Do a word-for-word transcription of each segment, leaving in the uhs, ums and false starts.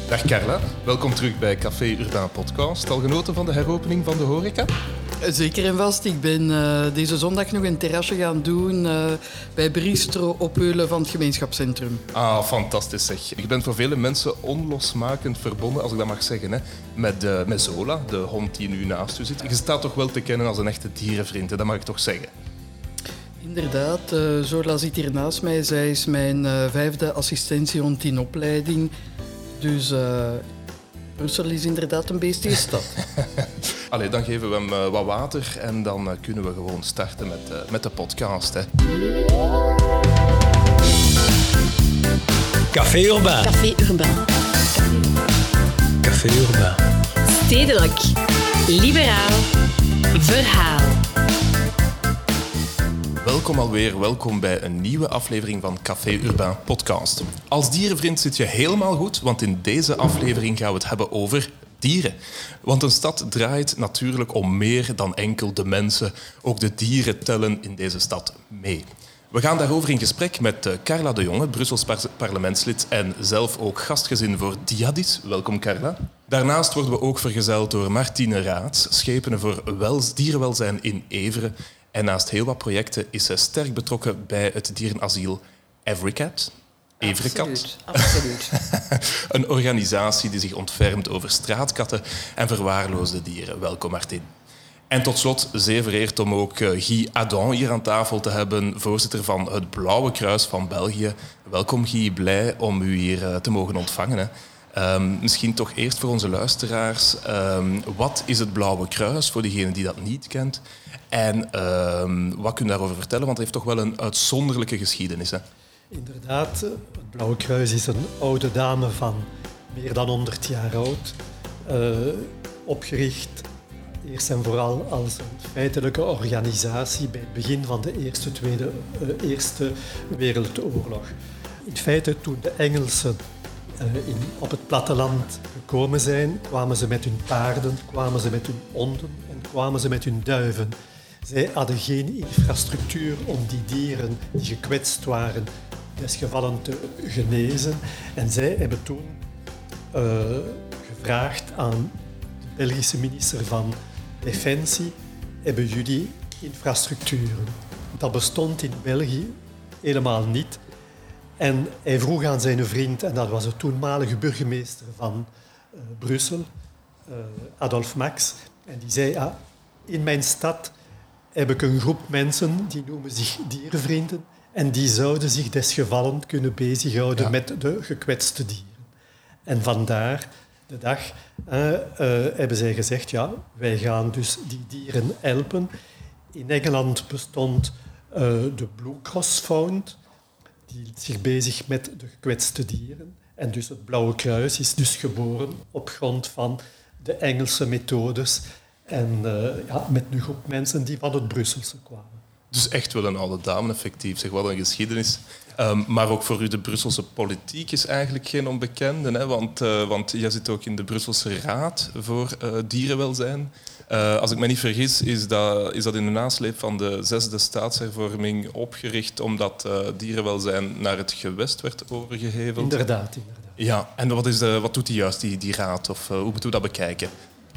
Dag Carla, welkom terug bij Café Urbaan Podcast. Al genoten van de heropening van de horeca? Zeker en vast. Ik ben uh, deze zondag nog een terrasje gaan doen uh, bij Bristro op Heulen van het gemeenschapscentrum. Ah, fantastisch zeg. Je bent voor vele mensen onlosmakend verbonden, als ik dat mag zeggen, hè, met, uh, met Zola, de hond die nu naast u zit. Je staat toch wel te kennen als een echte dierenvriend, hè? Dat mag ik toch zeggen? Inderdaad, uh, Zola zit hier naast mij. Zij is mijn uh, vijfde assistentiehond in opleiding. Dus uh, Brussel is inderdaad een beestige stad. Allee, dan geven we hem uh, wat water en dan uh, kunnen we gewoon starten met, uh, met de podcast. Hè. Café Urbaan. Café Urbaan. Café Urbaan. Stedelijk. Liberaal. Verhaal. Welkom alweer, welkom bij een nieuwe aflevering van Café Urbaan Podcast. Als dierenvriend zit je helemaal goed, want in deze aflevering gaan we het hebben over dieren. Want een stad draait natuurlijk om meer dan enkel de mensen. Ook de dieren tellen in deze stad mee. We gaan daarover in gesprek met Carla de Jonge, Brussels par- parlementslid en zelf ook gastgezin voor Diadis. Welkom Carla. Daarnaast worden we ook vergezeld door Martine Raats, schepene voor wels- dierenwelzijn in Evere. En naast heel wat projecten is ze sterk betrokken bij het dierenasiel Everycat. Everecat. Absoluut, absoluut. Een organisatie die zich ontfermt over straatkatten en verwaarloosde dieren. Welkom, Martin. En tot slot, zeer vereerd om ook Guy Adam hier aan tafel te hebben, voorzitter van het Blauwe Kruis van België. Welkom, Guy. Blij om u hier te mogen ontvangen. Hè. Um, misschien toch eerst voor onze luisteraars. Um, wat is het Blauwe Kruis, voor diegene die dat niet kent? En um, wat kun je daarover vertellen? Want het heeft toch wel een uitzonderlijke geschiedenis. Hè? Inderdaad, het Blauwe Kruis is een oude dame van meer dan honderd jaar oud. Uh, opgericht eerst en vooral als een feitelijke organisatie bij het begin van de Eerste, Tweede, uh, Eerste Wereldoorlog. In feite, toen de Engelsen uh, in, op het platteland gekomen zijn, kwamen ze met hun paarden, kwamen ze met hun honden en kwamen ze met hun duiven. Zij hadden geen infrastructuur om die dieren die gekwetst waren desgevallen te genezen. En zij hebben toen uh, gevraagd aan de Belgische minister van Defensie: hebben jullie infrastructuren? Dat bestond in België helemaal niet. En hij vroeg aan zijn vriend, en dat was de toenmalige burgemeester van uh, Brussel, uh, Adolphe Max, en die zei: ah, in mijn stad heb ik een groep mensen, die noemen zich dierenvrienden, en die zouden zich desgevallen kunnen bezighouden ja. met de gekwetste dieren. En vandaar de dag uh, uh, hebben zij gezegd: ja, wij gaan dus die dieren helpen. In Engeland bestond uh, de Blue Cross Fund, die hield zich bezig met de gekwetste dieren. En dus het Blauwe Kruis is dus geboren op grond van de Engelse methodes en uh, ja, met een groep mensen die van het Brusselse kwamen. Dus echt wel een oude dame, effectief. Zeg, wat een geschiedenis. Um, maar ook voor u, de Brusselse politiek is eigenlijk geen onbekende. Hè? Want, uh, want jij zit ook in de Brusselse Raad voor uh, dierenwelzijn. Uh, als ik me niet vergis, is dat, is dat in de nasleep van de zesde staatshervorming opgericht omdat uh, dierenwelzijn naar het gewest werd overgeheveld. Inderdaad, inderdaad. Ja, en wat, is de, wat doet die juist, die, die raad? Of uh, hoe moeten we dat bekijken?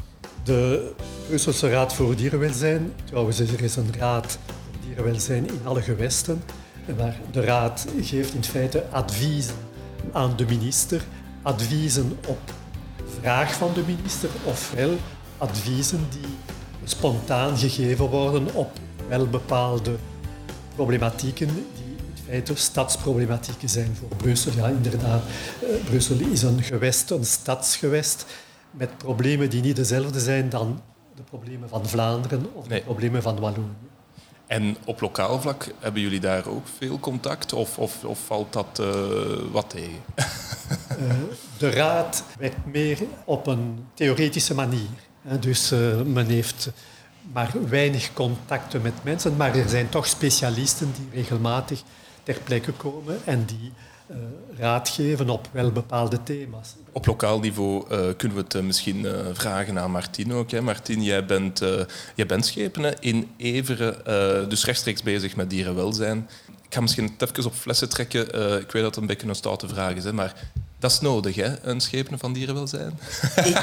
De Brusselse Raad voor Dierenwelzijn, trouwens er is een raad voor dierenwelzijn in alle gewesten, maar de raad geeft in feite adviezen aan de minister, adviezen op vraag van de minister, ofwel adviezen die spontaan gegeven worden op wel bepaalde problematieken die in feite stadsproblematieken zijn voor Brussel. Ja, inderdaad, Brussel is een gewest, een stadsgewest, met problemen die niet dezelfde zijn dan de problemen van Vlaanderen of nee. de problemen van Wallonië. En op lokaal vlak hebben jullie daar ook veel contact of, of, of valt dat uh, wat tegen? uh, de raad werkt meer op een theoretische manier. Dus uh, men heeft maar weinig contacten met mensen, maar er zijn toch specialisten die regelmatig ter plekke komen en die uh, raad geven op wel bepaalde thema's. Op lokaal niveau uh, kunnen we het uh, misschien uh, vragen aan Martine ook. Hè. Martine, jij bent, uh, jij bent schepene in Evere, uh, dus rechtstreeks bezig met dierenwelzijn. Ik ga misschien het even op flessen trekken. Uh, ik weet dat het een beetje een stoute vraag is, hè, maar Dat is nodig, hè, een schepenen van dierenwelzijn? Ik...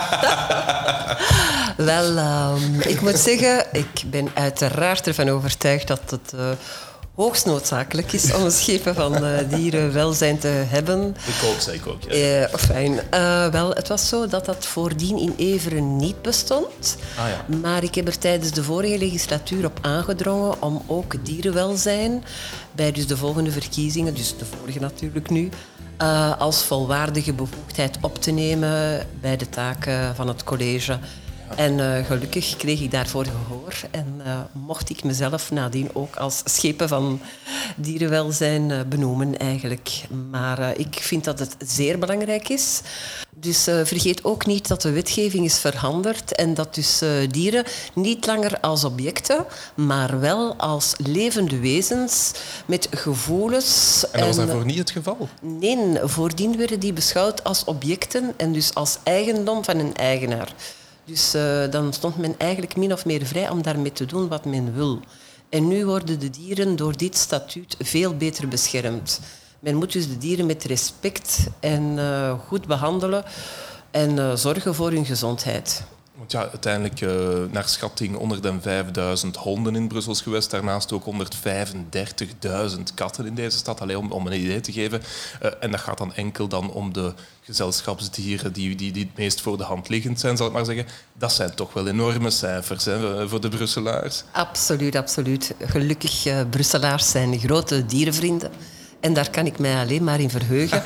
Wel, uh, ik moet zeggen, ik ben uiteraard ervan overtuigd dat het uh, hoogst noodzakelijk is om een schepen van uh, dierenwelzijn te hebben. Ik ook, zei ik ook. Ja. Uh, fijn. Uh, wel, het was zo dat dat voordien in Everen niet bestond. Ah, ja. Maar ik heb er tijdens de vorige legislatuur op aangedrongen om ook dierenwelzijn bij dus de volgende verkiezingen, dus de vorige natuurlijk nu, Uh, als volwaardige bevoegdheid op te nemen bij de taken van het college. Ja. En uh, gelukkig kreeg ik daarvoor gehoor en uh, mocht ik mezelf nadien ook als schepen van dierenwelzijn uh, benoemen eigenlijk. Maar uh, ik vind dat het zeer belangrijk is. Dus uh, vergeet ook niet dat de wetgeving is veranderd en dat dus uh, dieren niet langer als objecten, maar wel als levende wezens met gevoelens. En dat was daarvoor niet het geval? Nee, voordien werden die beschouwd als objecten en dus als eigendom van een eigenaar. Dus uh, dan stond men eigenlijk min of meer vrij om daarmee te doen wat men wil. En nu worden de dieren door dit statuut veel beter beschermd. Men moet dus de dieren met respect en uh, goed behandelen en uh, zorgen voor hun gezondheid. Want ja, uiteindelijk, uh, naar schatting, honderdvijfduizend honden in Brussel is geweest. Daarnaast ook honderdvijfendertigduizend katten in deze stad. Alleen om, om een idee te geven. Uh, en dat gaat dan enkel dan om de gezelschapsdieren die, die, die het meest voor de hand liggend zijn, zal ik maar zeggen. Dat zijn toch wel enorme cijfers, hè, voor de Brusselaars. Absoluut, absoluut. Gelukkig, uh, Brusselaars zijn grote dierenvrienden. En daar kan ik mij alleen maar in verheugen.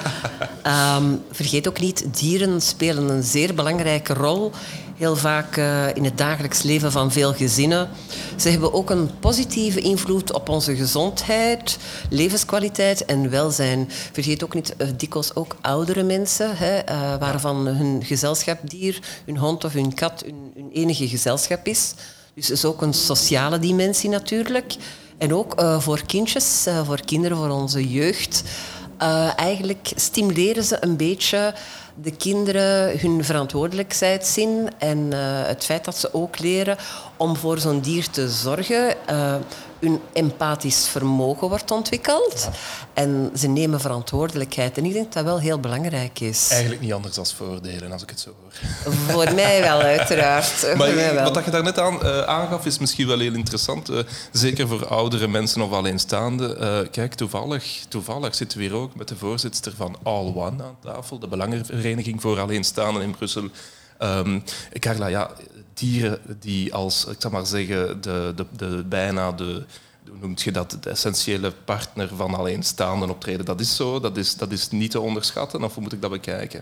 Um, vergeet ook niet, dieren spelen een zeer belangrijke rol. Heel vaak uh, in het dagelijks leven van veel gezinnen. Ze hebben ook een positieve invloed op onze gezondheid, levenskwaliteit en welzijn. Vergeet ook niet, uh, dikwijls ook oudere mensen, hè, uh, waarvan hun gezelschapsdier, hun hond of hun kat, hun, hun enige gezelschap is. Dus het is ook een sociale dimensie natuurlijk. En ook uh, voor kindjes, uh, voor kinderen, voor onze jeugd. Uh, eigenlijk stimuleren ze een beetje de kinderen hun verantwoordelijkheid zien en uh, het feit dat ze ook leren om voor zo'n dier te zorgen. Uh, hun empathisch vermogen wordt ontwikkeld. Ja. En ze nemen verantwoordelijkheid. En ik denk dat dat wel heel belangrijk is. Eigenlijk niet anders dan voordelen, als ik het zo hoor. Voor mij wel, uiteraard. Maar voor mij wel. Wat je daar net aan, uh, aangaf, is misschien wel heel interessant. Uh, zeker voor oudere mensen of alleenstaanden. Uh, kijk, toevallig, toevallig zitten we hier ook met de voorzitter van All One aan tafel. De Belangenvereniging voor Alleenstaanden in Brussel. Um, Carla, ja, dieren die als, ik zal maar zeggen, de, de, de, bijna de, hoe noemt je dat, de essentiële partner van alleenstaanden optreden, dat is zo, dat is, dat is niet te onderschatten, of hoe moet ik dat bekijken?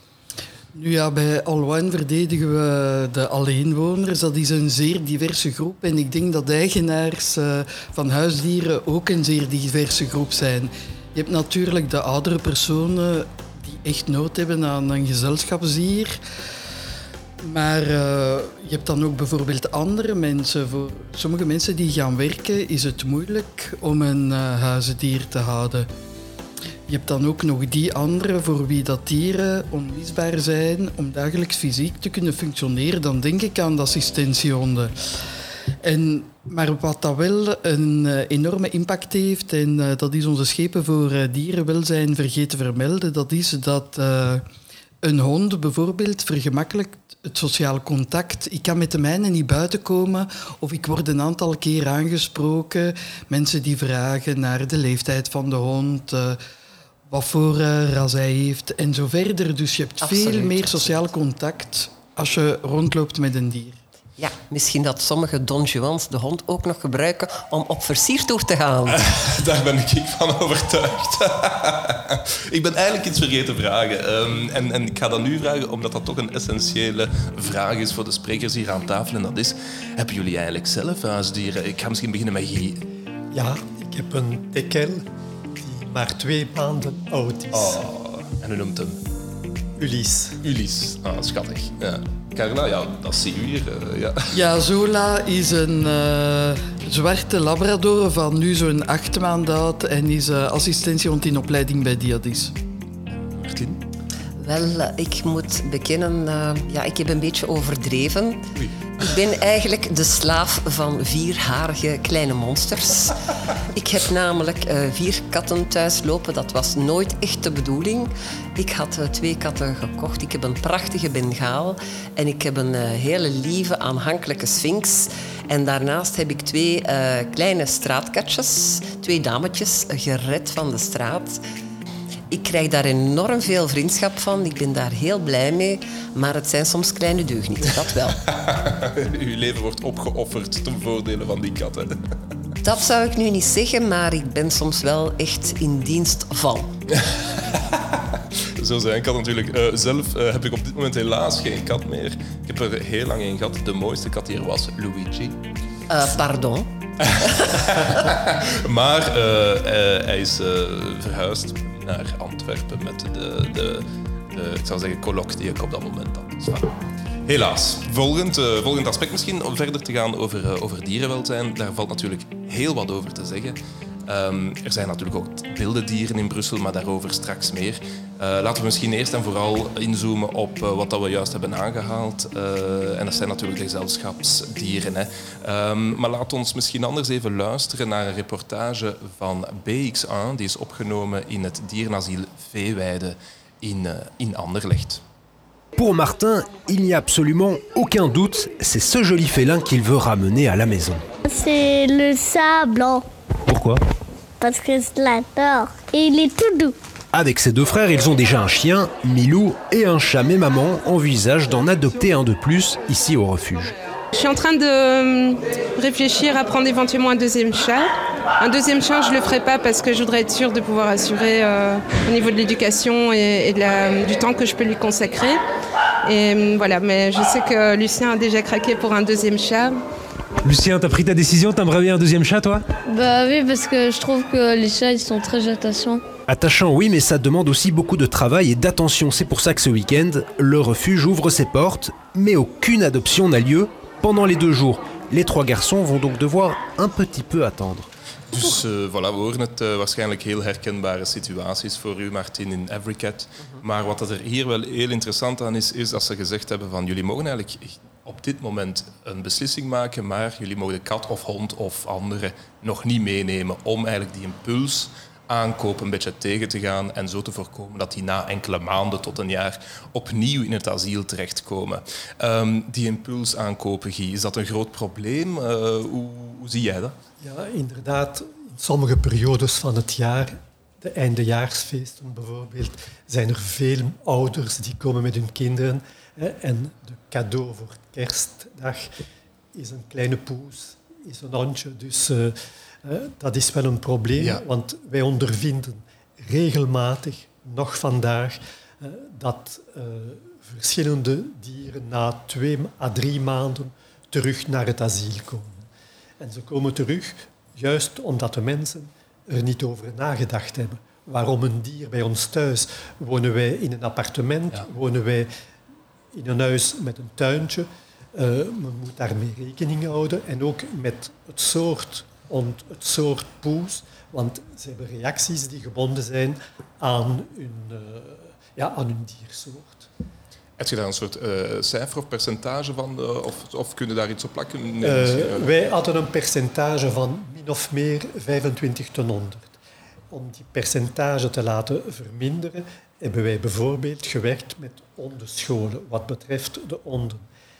Nu ja, bij All One verdedigen we de alleenwoners. Dat is een zeer diverse groep. En ik denk dat eigenaars uh, van huisdieren ook een zeer diverse groep zijn. Je hebt natuurlijk de oudere personen die echt nood hebben aan een gezelschapsdier. Maar uh, je hebt dan ook bijvoorbeeld andere mensen. Voor sommige mensen die gaan werken is het moeilijk om een uh, huisdier te houden. Je hebt dan ook nog die anderen voor wie dat dieren onmisbaar zijn om dagelijks fysiek te kunnen functioneren. Dan denk ik aan de assistentiehonden. En, maar wat dat wel een uh, enorme impact heeft, en uh, dat is onze schepen voor uh, dierenwelzijn vergeten vermelden, dat is dat uh, een hond bijvoorbeeld vergemakkelijkt het sociaal contact. Ik kan met de mijne niet buiten komen of ik word een aantal keer aangesproken. Mensen die vragen naar de leeftijd van de hond, uh, wat voor uh, ras hij heeft en zo verder. Dus je hebt Absoluut. veel meer sociaal contact als je rondloopt met een dier. Ja, misschien dat sommige Don Juans de hond ook nog gebruiken om op versiertoer te gaan. Daar ben ik van overtuigd. Ik ben eigenlijk iets vergeten te vragen. Um, en, en ik ga dat nu vragen, omdat dat toch een essentiële vraag is voor de sprekers hier aan tafel. En dat is, hebben jullie eigenlijk zelf huisdieren? Ik ga misschien beginnen met Guy. Ja, ik heb een tekkel die maar twee maanden oud is. Oh, en u noemt hem? Ulysse. Ulysse, ah, schattig. Ja. Carla, ja, dat zie je hier. Uh, ja. Ja, Zola is een uh, zwarte labrador van nu zo'n acht maanden oud en is uh, assistentiehond in opleiding bij Diadis. Martin? Wel, ik moet bekennen, uh, ja, ik heb een beetje overdreven. Oei. Ik ben eigenlijk de slaaf van vierharige kleine monsters. Ik heb namelijk uh, vier katten thuis lopen. Dat was nooit echt de bedoeling. Ik had uh, twee katten gekocht. Ik heb een prachtige Bengaal. En ik heb een uh, hele lieve, aanhankelijke Sphinx. En daarnaast heb ik twee uh, kleine straatkatjes. Twee dametjes, uh, gered van de straat. Ik krijg daar enorm veel vriendschap van. Ik ben daar heel blij mee. Maar het zijn soms kleine deugnieten, dat wel. Uw leven wordt opgeofferd ten voordele van die katten. Dat zou ik nu niet zeggen, maar ik ben soms wel echt in dienst van. Zo zijn. Ik had natuurlijk uh, zelf uh, heb ik op dit moment helaas geen kat meer. Ik heb er heel lang een gehad. De mooiste kat hier was Luigi. Uh, pardon. Maar uh, uh, hij is uh, verhuisd naar Antwerpen met de, de, de ik zou zeggen, colloque die ik op dat moment had. Dus, voilà. Helaas. Volgend, uh, volgend aspect misschien, om verder te gaan over, uh, over dierenwelzijn. Daar valt natuurlijk heel wat over te zeggen. Um, er zijn natuurlijk ook wilde dieren in Brussel, maar daarover straks meer. Uh, laten we misschien eerst en vooral inzoomen op uh, wat dat we juist hebben aangehaald. Uh, en dat zijn natuurlijk de gezelschapsdieren. Hè. Um, maar laat ons misschien anders even luisteren naar een reportage van B X één. Die is opgenomen in het dierenasiel Veeweide in, uh, in Anderlecht. Pour Martin, il n'y a absolument aucun doute, c'est ce joli félin qu'il veut ramener à la maison. C'est le chat blanc. Pourquoi ? Parce que je l'adore. Et il est tout doux. Avec ses deux frères, ils ont déjà un chien, Milou, et un chat, mais maman envisage d'en adopter un de plus ici au refuge. Je suis en train de réfléchir à prendre éventuellement un deuxième chat. Un deuxième chat, je ne le ferai pas parce que je voudrais être sûre de pouvoir assurer euh, au niveau de l'éducation et, et de la, du temps que je peux lui consacrer. Et voilà, mais je sais que Lucien a déjà craqué pour un deuxième chat. Lucien, t'as pris ta décision, t'aimerais bien un deuxième chat, toi ? Bah oui, parce que je trouve que les chats, ils sont très attachants. Attachant, oui, mais ça demande aussi beaucoup de travail et d'attention. C'est pour ça que ce week-end, le refuge ouvre ses portes, mais aucune adoption n'a lieu pendant les deux jours. Les trois garçons vont donc devoir un petit peu attendre. Dus uh, voilà, we horen het uh, waarschijnlijk heel herkenbare situaties voor u, Martin, in Everycat. Uh-huh. Maar wat er hier wel heel interessant aan is, is dat ze gezegd hebben van jullie mogen eigenlijk op dit moment een beslissing maken, maar jullie mogen de kat of hond of andere nog niet meenemen om eigenlijk die impuls aankoop een beetje tegen te gaan en zo te voorkomen dat die na enkele maanden tot een jaar opnieuw in het asiel terechtkomen. Um, die impuls aankopen, Guy, is dat een groot probleem? Uh, hoe, hoe zie jij dat? Ja, inderdaad. In sommige periodes van het jaar, de eindejaarsfeesten bijvoorbeeld, zijn er veel ouders die komen met hun kinderen. Hè, en de cadeau voor kerstdag is een kleine poes, is een hondje. Dus uh, uh, dat is wel een probleem, ja. Want wij ondervinden regelmatig, nog vandaag, uh, dat uh, verschillende dieren na twee à drie maanden terug naar het asiel komen. En ze komen terug juist omdat de mensen er niet over nagedacht hebben. Waarom een dier bij ons thuis? Wonen wij in een appartement? Ja. Wonen wij in een huis met een tuintje? Uh, men moet daarmee rekening houden. En ook met het soort, het soort poes. Want ze hebben reacties die gebonden zijn aan hun, uh, ja, aan hun diersoort. Heb je daar een soort uh, cijfer of percentage van? Uh, of, of kun je daar iets op plakken? Nee, uh, wij hadden een percentage van min of meer vijfentwintig ten honderd. Om die percentage te laten verminderen, hebben wij bijvoorbeeld gewerkt met hondenscholen, wat betreft de honden.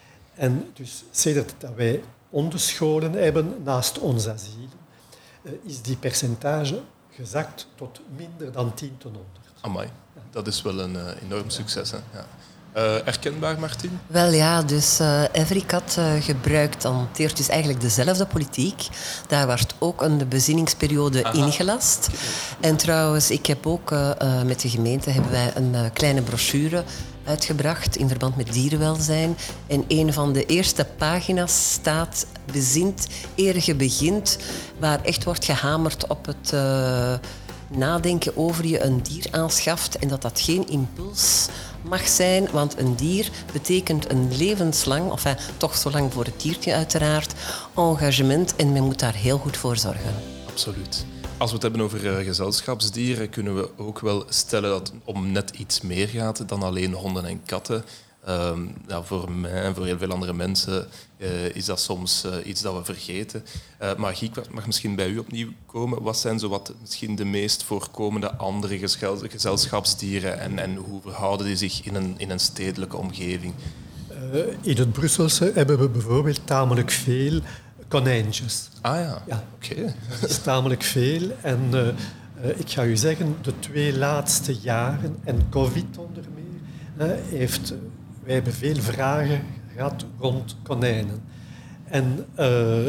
En dus sedert dat wij hondenscholen hebben naast ons asiel, uh, is die percentage gezakt tot minder dan tien ten honderd. Amai, dat is wel een uh, enorm succes, hè? Ja. Uh, herkenbaar, Martin? Wel ja, dus uh, Everycat uh, gebruikt, hanteert dus eigenlijk dezelfde politiek. Daar wordt ook een bezinningsperiode Aha. ingelast. En trouwens, ik heb ook uh, uh, met de gemeente hebben wij een uh, kleine brochure uitgebracht in verband met dierenwelzijn. En een van de eerste pagina's staat bezint eer je begint, waar echt wordt gehamerd op het uh, nadenken over je een dier aanschaft en dat dat geen impuls mag zijn, want een dier betekent een levenslang, of enfin, toch zo lang voor het diertje uiteraard, engagement en men moet daar heel goed voor zorgen. Absoluut. Als we het hebben over uh, gezelschapsdieren, kunnen we ook wel stellen dat het om net iets meer gaat dan alleen honden en katten. Um, ja, voor mij en voor heel veel andere mensen uh, is dat soms uh, iets dat we vergeten. Uh, Margie, ik mag misschien bij u opnieuw komen. Wat zijn zo wat misschien de meest voorkomende andere gezel- gezelschapsdieren en, en hoe verhouden die zich in een, in een stedelijke omgeving? Uh, in het Brusselse hebben we bijvoorbeeld tamelijk veel konijntjes. Ah ja, ja. oké. Okay. Dat is tamelijk veel. En uh, uh, ik ga u zeggen, de twee laatste jaren, en COVID onder meer, uh, heeft... Wij hebben veel vragen gehad rond konijnen. En uh,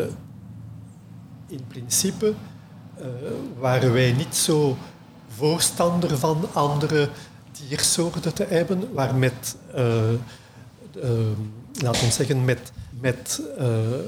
in principe uh, waren wij niet zo voorstander van andere diersoorten te hebben, waar met, uh, uh, laten we zeggen, met, met uh,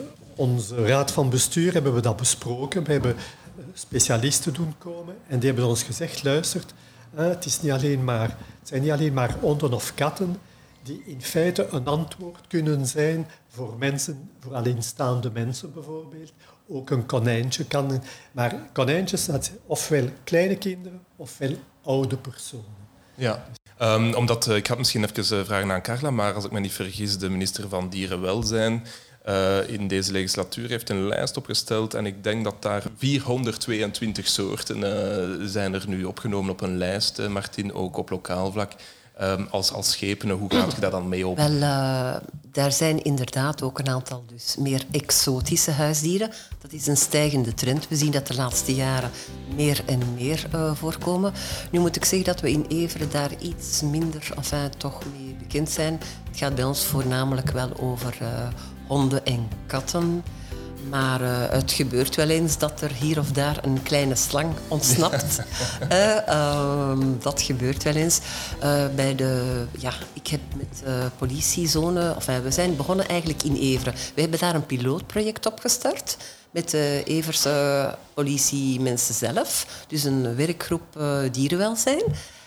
onze raad van bestuur hebben we dat besproken. We hebben specialisten doen komen en die hebben ons gezegd, luistert, uh, het, is niet alleen maar, het zijn niet alleen maar honden of katten die in feite een antwoord kunnen zijn voor mensen, voor alleenstaande mensen bijvoorbeeld. Ook een konijntje kan... Maar konijntjes, dat zijn ofwel kleine kinderen, ofwel oude personen. Ja, um, omdat, uh, ik ga misschien even uh, vragen aan Carla, maar als ik me niet vergis, de minister van Dierenwelzijn uh, in deze legislatuur heeft een lijst opgesteld en ik denk dat daar vierhonderdtweeëntwintig soorten uh, zijn er nu opgenomen op een lijst, uh, Martin, ook op lokaal vlak. Um, als, als schepenen, hoe gaat je daar dan mee om? Wel, uh, daar zijn inderdaad ook een aantal dus meer exotische huisdieren. Dat is een stijgende trend. We zien dat de laatste jaren meer en meer uh, voorkomen. Nu moet ik zeggen dat we in Evere daar iets minder enfin, toch mee bekend zijn. Het gaat bij ons voornamelijk wel over uh, honden en katten. Maar uh, het gebeurt wel eens dat er hier of daar een kleine slang ontsnapt. uh, uh, dat gebeurt wel eens. Uh, bij de, ja, ik heb met uh, politiezone... Enfin, we zijn begonnen eigenlijk in Evere. We hebben daar een pilootproject opgestart met de Everse politiemensen zelf. Dus een werkgroep uh, dierenwelzijn.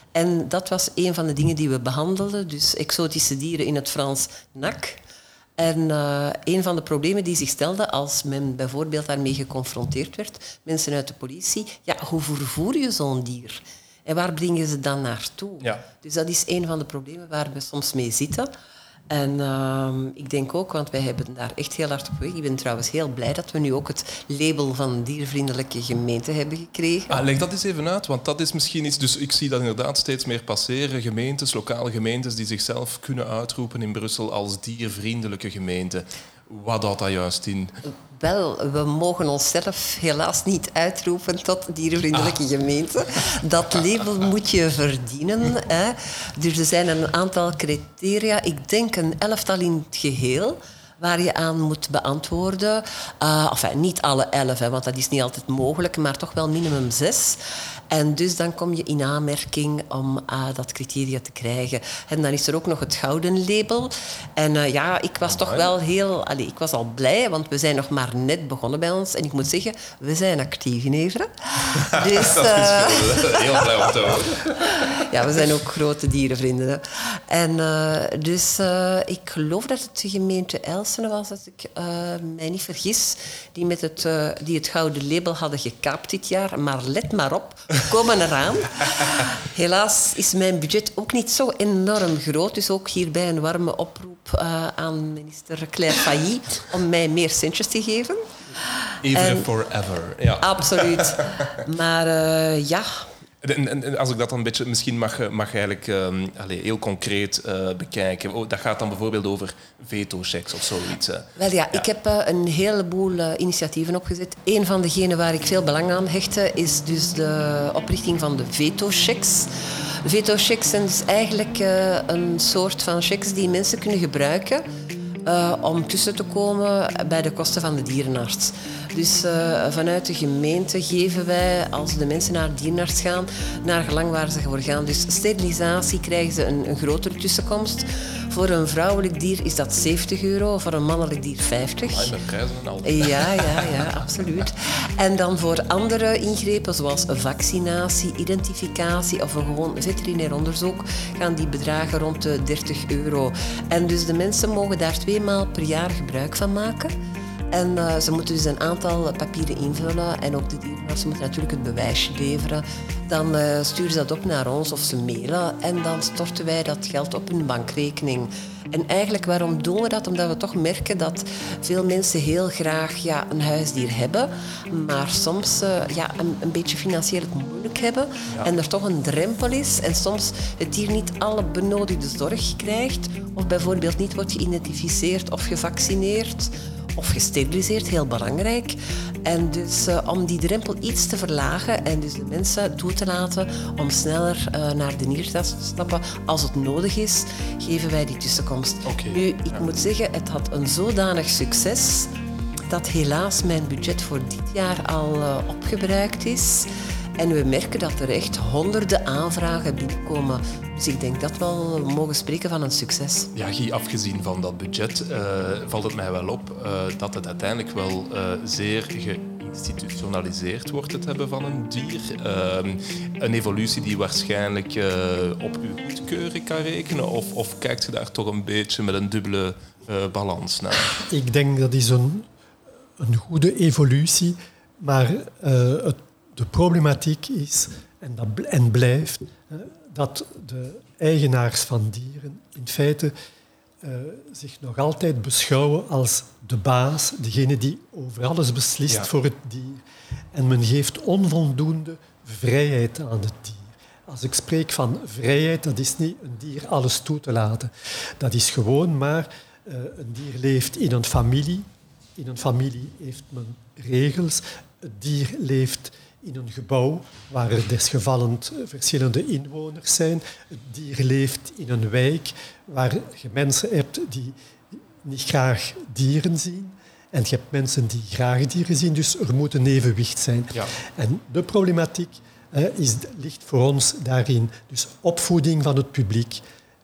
En dat was een van de dingen die we behandelden. Dus exotische dieren in het Frans N A C... En uh, een van de problemen die zich stelde als men bijvoorbeeld daarmee geconfronteerd werd, mensen uit de politie, ja, hoe vervoer je zo'n dier? En waar breng je ze dan naartoe? Ja. Dus dat is een van de problemen waar we soms mee zitten. En uh, ik denk ook, want wij hebben daar echt heel hard op weg. Ik ben trouwens heel blij dat we nu ook het label van diervriendelijke gemeente hebben gekregen. Ah, leg dat eens even uit, want dat is misschien iets... Dus ik zie dat inderdaad steeds meer passeren. Gemeentes, lokale gemeentes die zichzelf kunnen uitroepen in Brussel als diervriendelijke gemeente. Wat houdt dat juist in? Wel, we mogen onszelf helaas niet uitroepen tot dierenvriendelijke ah. gemeente. Dat label moet je verdienen. Hè. Dus er zijn een aantal criteria, ik denk een elftal in het geheel, waar je aan moet beantwoorden. Uh, enfin, niet alle elf, hè, want dat is niet altijd mogelijk, maar toch wel minimum zes. En dus dan kom je in aanmerking om uh, dat criteria te krijgen. En dan is er ook nog het gouden label. En uh, ja, ik was toch wel heel... Allez, ik was al blij, want we zijn nog maar net begonnen bij ons. En ik moet zeggen, we zijn actief in Evere. Dus, dat uh, is uh, heel blij om te horen. Ja, we zijn ook grote dierenvrienden. Hè. En uh, dus uh, ik geloof dat het de gemeente Elsene was, als ik uh, mij niet vergis, die, met het, uh, die het gouden label hadden gekaapt dit jaar. Maar let maar op, we komen eraan. Helaas is mijn budget ook niet zo enorm groot. Dus ook hierbij een warme oproep uh, aan minister Claire Failly om mij meer centjes te geven. Evere forever. Ja. Absoluut. Maar uh, ja... En, en, en als ik dat dan een beetje misschien mag, mag eigenlijk um, allez, heel concreet uh, bekijken. Oh, dat gaat dan bijvoorbeeld over veto-checks of zoiets. Uh. Wel ja, ja. Ik heb uh, een heleboel uh, initiatieven opgezet. Een van degenen waar ik veel belang aan hechtte is dus de oprichting van de veto-checks. Veto-checks zijn dus eigenlijk uh, een soort van checks die mensen kunnen gebruiken Uh, om tussen te komen bij de kosten van de dierenarts. Dus uh, vanuit de gemeente geven wij, als de mensen naar de dierenarts gaan, naar gelang waar ze voor gaan. Dus sterilisatie krijgen ze een, een grotere tussenkomst. Voor een vrouwelijk dier is dat zeventig euro, voor een mannelijk dier vijftig. Ah, met prijzen en al. Ja, ja, ja, absoluut. En dan voor andere ingrepen, zoals vaccinatie, identificatie of een gewoon veterinair onderzoek, gaan die bedragen rond de dertig euro. En dus de mensen mogen daar twee maal per jaar gebruik van maken. En uh, ze moeten dus een aantal papieren invullen en ook de dierenarts moeten natuurlijk het bewijsje leveren. Dan uh, sturen ze dat op naar ons of ze mailen en dan storten wij dat geld op hun bankrekening. En eigenlijk, waarom doen we dat? Omdat we toch merken dat veel mensen heel graag ja, een huisdier hebben, maar soms uh, ja, een, een beetje financieel het moeilijk hebben ja. en er toch een drempel is en soms het dier niet alle benodigde zorg krijgt of bijvoorbeeld niet wordt geïdentificeerd of gevaccineerd of gesteriliseerd, heel belangrijk. En dus uh, om die drempel iets te verlagen en dus de mensen toe te laten om sneller uh, naar de niertest te stappen als het nodig is, geven wij die tussenkomst. Okay. Nu, ik ja. moet zeggen, het had een zodanig succes dat helaas mijn budget voor dit jaar al uh, opgebruikt is. En we merken dat er echt honderden aanvragen binnenkomen. Dus ik denk dat we wel mogen spreken van een succes. Ja, Guy, afgezien van dat budget uh, valt het mij wel op uh, dat het uiteindelijk wel uh, zeer geïnstitutionaliseerd wordt, het hebben van een dier. Uh, een evolutie die waarschijnlijk uh, op uw goedkeuring kan rekenen? Of, of kijkt je daar toch een beetje met een dubbele uh, balans naar? Ik denk dat is een, een goede evolutie, maar uh, het de problematiek is, en, dat, en blijft, dat de eigenaars van dieren in feite uh, zich nog altijd beschouwen als de baas, degene die over alles beslist ja. voor het dier. En men geeft onvoldoende vrijheid aan het dier. Als ik spreek van vrijheid, dat is niet een dier alles toe te laten. Dat is gewoon maar, uh, een dier leeft in een familie. In een familie heeft men regels. Het dier leeft in een gebouw waar er desgevallend verschillende inwoners zijn. Het dier leeft in een wijk waar je mensen hebt die niet graag dieren zien. En je hebt mensen die graag dieren zien, dus er moet een evenwicht zijn. Ja. En de problematiek eh, is, ligt voor ons daarin. Dus opvoeding van het publiek.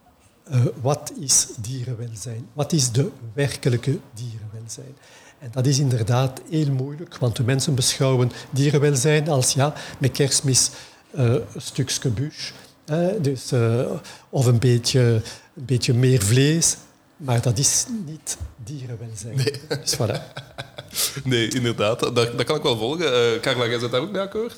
Uh, wat is dierenwelzijn? Wat is de werkelijke dierenwelzijn? En dat is inderdaad heel moeilijk, want de mensen beschouwen dierenwelzijn als ja, met kerstmis uh, een stukje bush, uh, dus, uh, of een beetje, een beetje meer vlees. Maar dat is niet dierenwelzijn. Nee, dus voilà. Nee inderdaad. Dat, dat kan ik wel volgen. Uh, Carla, jij bent daar ook mee akkoord?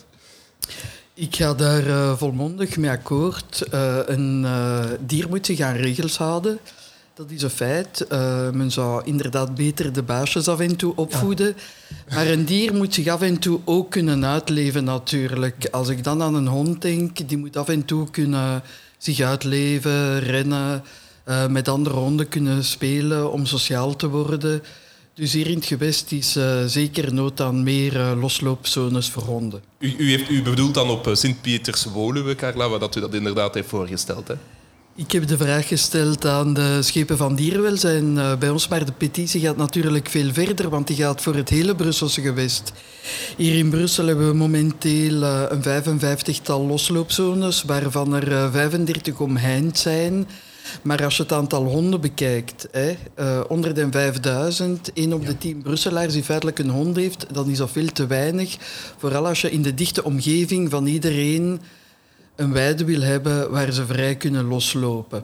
Ik ga daar uh, volmondig mee akkoord. Uh, een uh, dier moet zich aan regels houden. Dat is een feit. Uh, men zou inderdaad beter de baasjes af en toe opvoeden. Ja. Maar een dier moet zich af en toe ook kunnen uitleven, natuurlijk. Als ik dan aan een hond denk, die moet af en toe kunnen zich uitleven, rennen, uh, met andere honden kunnen spelen om sociaal te worden. Dus hier in het gewest is uh, zeker nood aan meer uh, losloopzones voor honden. U, u, heeft, u bedoelt dan op uh, Sint-Pieters-Woluwe, Carla, wat dat u dat inderdaad heeft voorgesteld, hè? Ik heb de vraag gesteld aan de schepen van dierenwelzijn uh, bij ons, maar de petitie gaat natuurlijk veel verder, want die gaat voor het hele Brusselse gewest. Hier in Brussel hebben we momenteel uh, een vijfenvijftigtal losloopzones, waarvan er uh, vijfendertig omheind zijn. Maar als je het aantal honden bekijkt, hè, uh, onder de vijfduizend, één op de tien Brusselaars die feitelijk een hond heeft, dan is dat veel te weinig. Vooral als je in de dichte omgeving van iedereen een weide wil hebben waar ze vrij kunnen loslopen.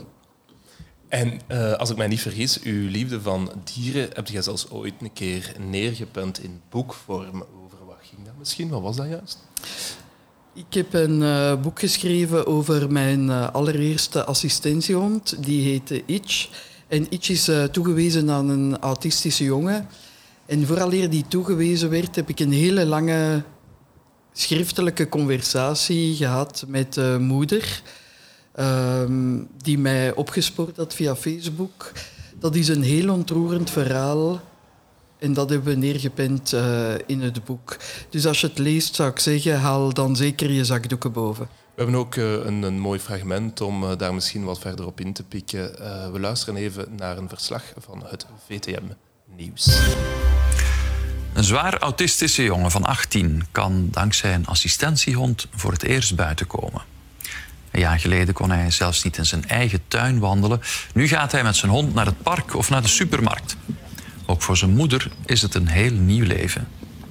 En uh, als ik mij niet vergis, uw liefde van dieren heb je zelfs ooit een keer neergepunt in boekvorm. Over wat ging dat misschien? Wat was dat juist? Ik heb een uh, boek geschreven over mijn uh, allereerste assistentiehond. Die heette Itch. En Itch is uh, toegewezen aan een autistische jongen. En vooraleer die toegewezen werd, heb ik een hele lange schriftelijke conversatie gehad met de moeder, uh, die mij opgespoord had via Facebook. Dat is een heel ontroerend verhaal en dat hebben we neergepend uh, in het boek. Dus als je het leest, zou ik zeggen, haal dan zeker je zakdoeken boven. We hebben ook uh, een, een mooi fragment om uh, daar misschien wat verder op in te pikken. Uh, we luisteren even naar een verslag van het V T M-nieuws. Een zwaar autistische jongen van achttien kan dankzij een assistentiehond voor het eerst buiten komen. Een jaar geleden kon hij zelfs niet in zijn eigen tuin wandelen. Nu gaat hij met zijn hond naar het park of naar de supermarkt. Ook voor zijn moeder is het een heel nieuw leven.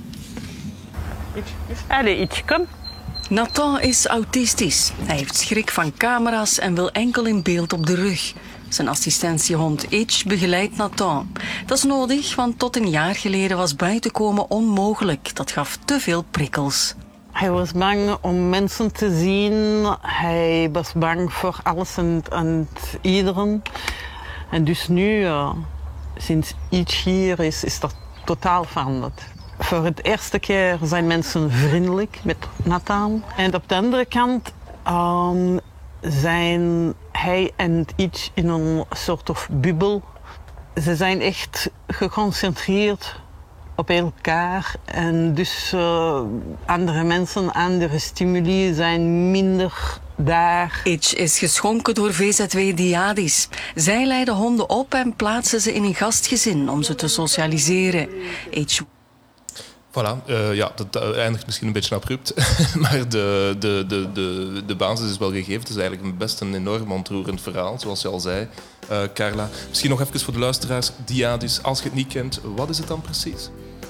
Allee, iets, kom. Nathan is autistisch. Hij heeft schrik van camera's en wil enkel in beeld op de rug. Zijn assistentiehond Itch begeleidt Nathan. Dat is nodig, want tot een jaar geleden was buitenkomen onmogelijk. Dat gaf te veel prikkels. Hij was bang om mensen te zien. Hij was bang voor alles en, en iedereen. En dus nu, uh, sinds Itch hier is, is dat totaal veranderd. Voor het eerste keer zijn mensen vriendelijk met Nathan. En op de andere kant um, zijn hij en Itch in een soort of bubbel. Ze zijn echt geconcentreerd op elkaar. En dus uh, andere mensen, andere stimuli zijn minder daar. Itch is geschonken door V Z W Diadis. Zij leiden honden op en plaatsen ze in een gastgezin om ze te socialiseren. Itch... Voilà, uh, ja, dat uh, eindigt misschien een beetje abrupt, maar de, de, de, de, de basis is wel gegeven. Het is eigenlijk best een enorm ontroerend verhaal, zoals je al zei, uh, Carla. Misschien nog even voor de luisteraars, Diadis, als je het niet kent, wat is het dan precies?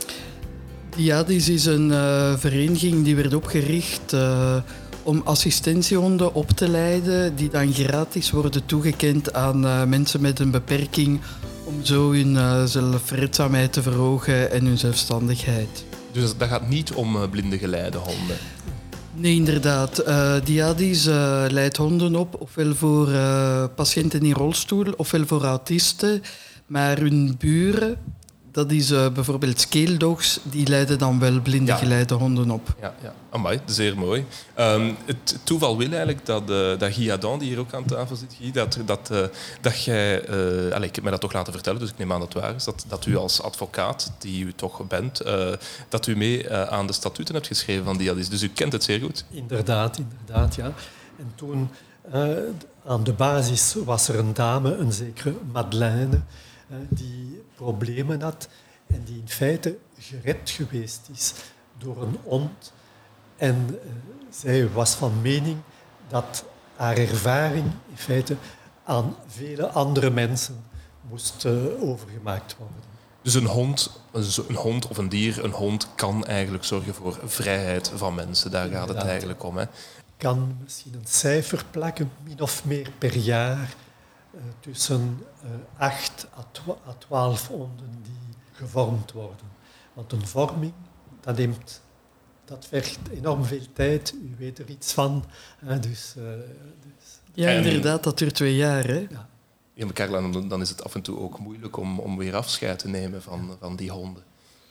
Diadis is een uh, vereniging die werd opgericht uh, om assistentiehonden op te leiden, die dan gratis worden toegekend aan uh, mensen met een beperking, om zo hun uh, zelfredzaamheid te verhogen en hun zelfstandigheid. Dus dat gaat niet om uh, blinde geleide honden? Nee, inderdaad. Uh, Diadis uh, leidt honden op, ofwel voor uh, patiënten in rolstoel, ofwel voor autisten. Maar hun buren, dat is uh, bijvoorbeeld Scale Dogs, die leiden dan wel blinde ja. geleide honden op. Ja, ja. Amai, zeer mooi. Um, het toeval wil eigenlijk dat, uh, dat Guy Adam, die hier ook aan tafel zit, Guy, dat, dat, uh, dat jij... Uh, allez, ik heb mij dat toch laten vertellen, dus ik neem aan dat het waar is, dat, dat u als advocaat, die u toch bent, uh, dat u mee uh, aan de statuten hebt geschreven van Diadis. Dus u kent het zeer goed. Inderdaad, inderdaad, ja. En toen, uh, aan de basis, was er een dame, een zekere Madeleine, uh, die problemen had en die in feite gered geweest is door een hond. En uh, zij was van mening dat haar ervaring in feite aan vele andere mensen moest uh, overgemaakt worden. Dus een hond, een hond of een dier, een hond kan eigenlijk zorgen voor vrijheid van mensen. Daar gaat het ja. eigenlijk om. Hè. Kan misschien een cijfer plakken, min of meer per jaar, uh, tussen uh, acht à twaalf honden die gevormd worden. Want een vorming, dat neemt... Dat vergt enorm veel tijd. U weet er iets van. Hè, dus, uh, dus. Ja, inderdaad. Dat duurt twee jaar. Hè? Ja. Ja, maar Carla, dan is het af en toe ook moeilijk om, om weer afscheid te nemen van, van die honden.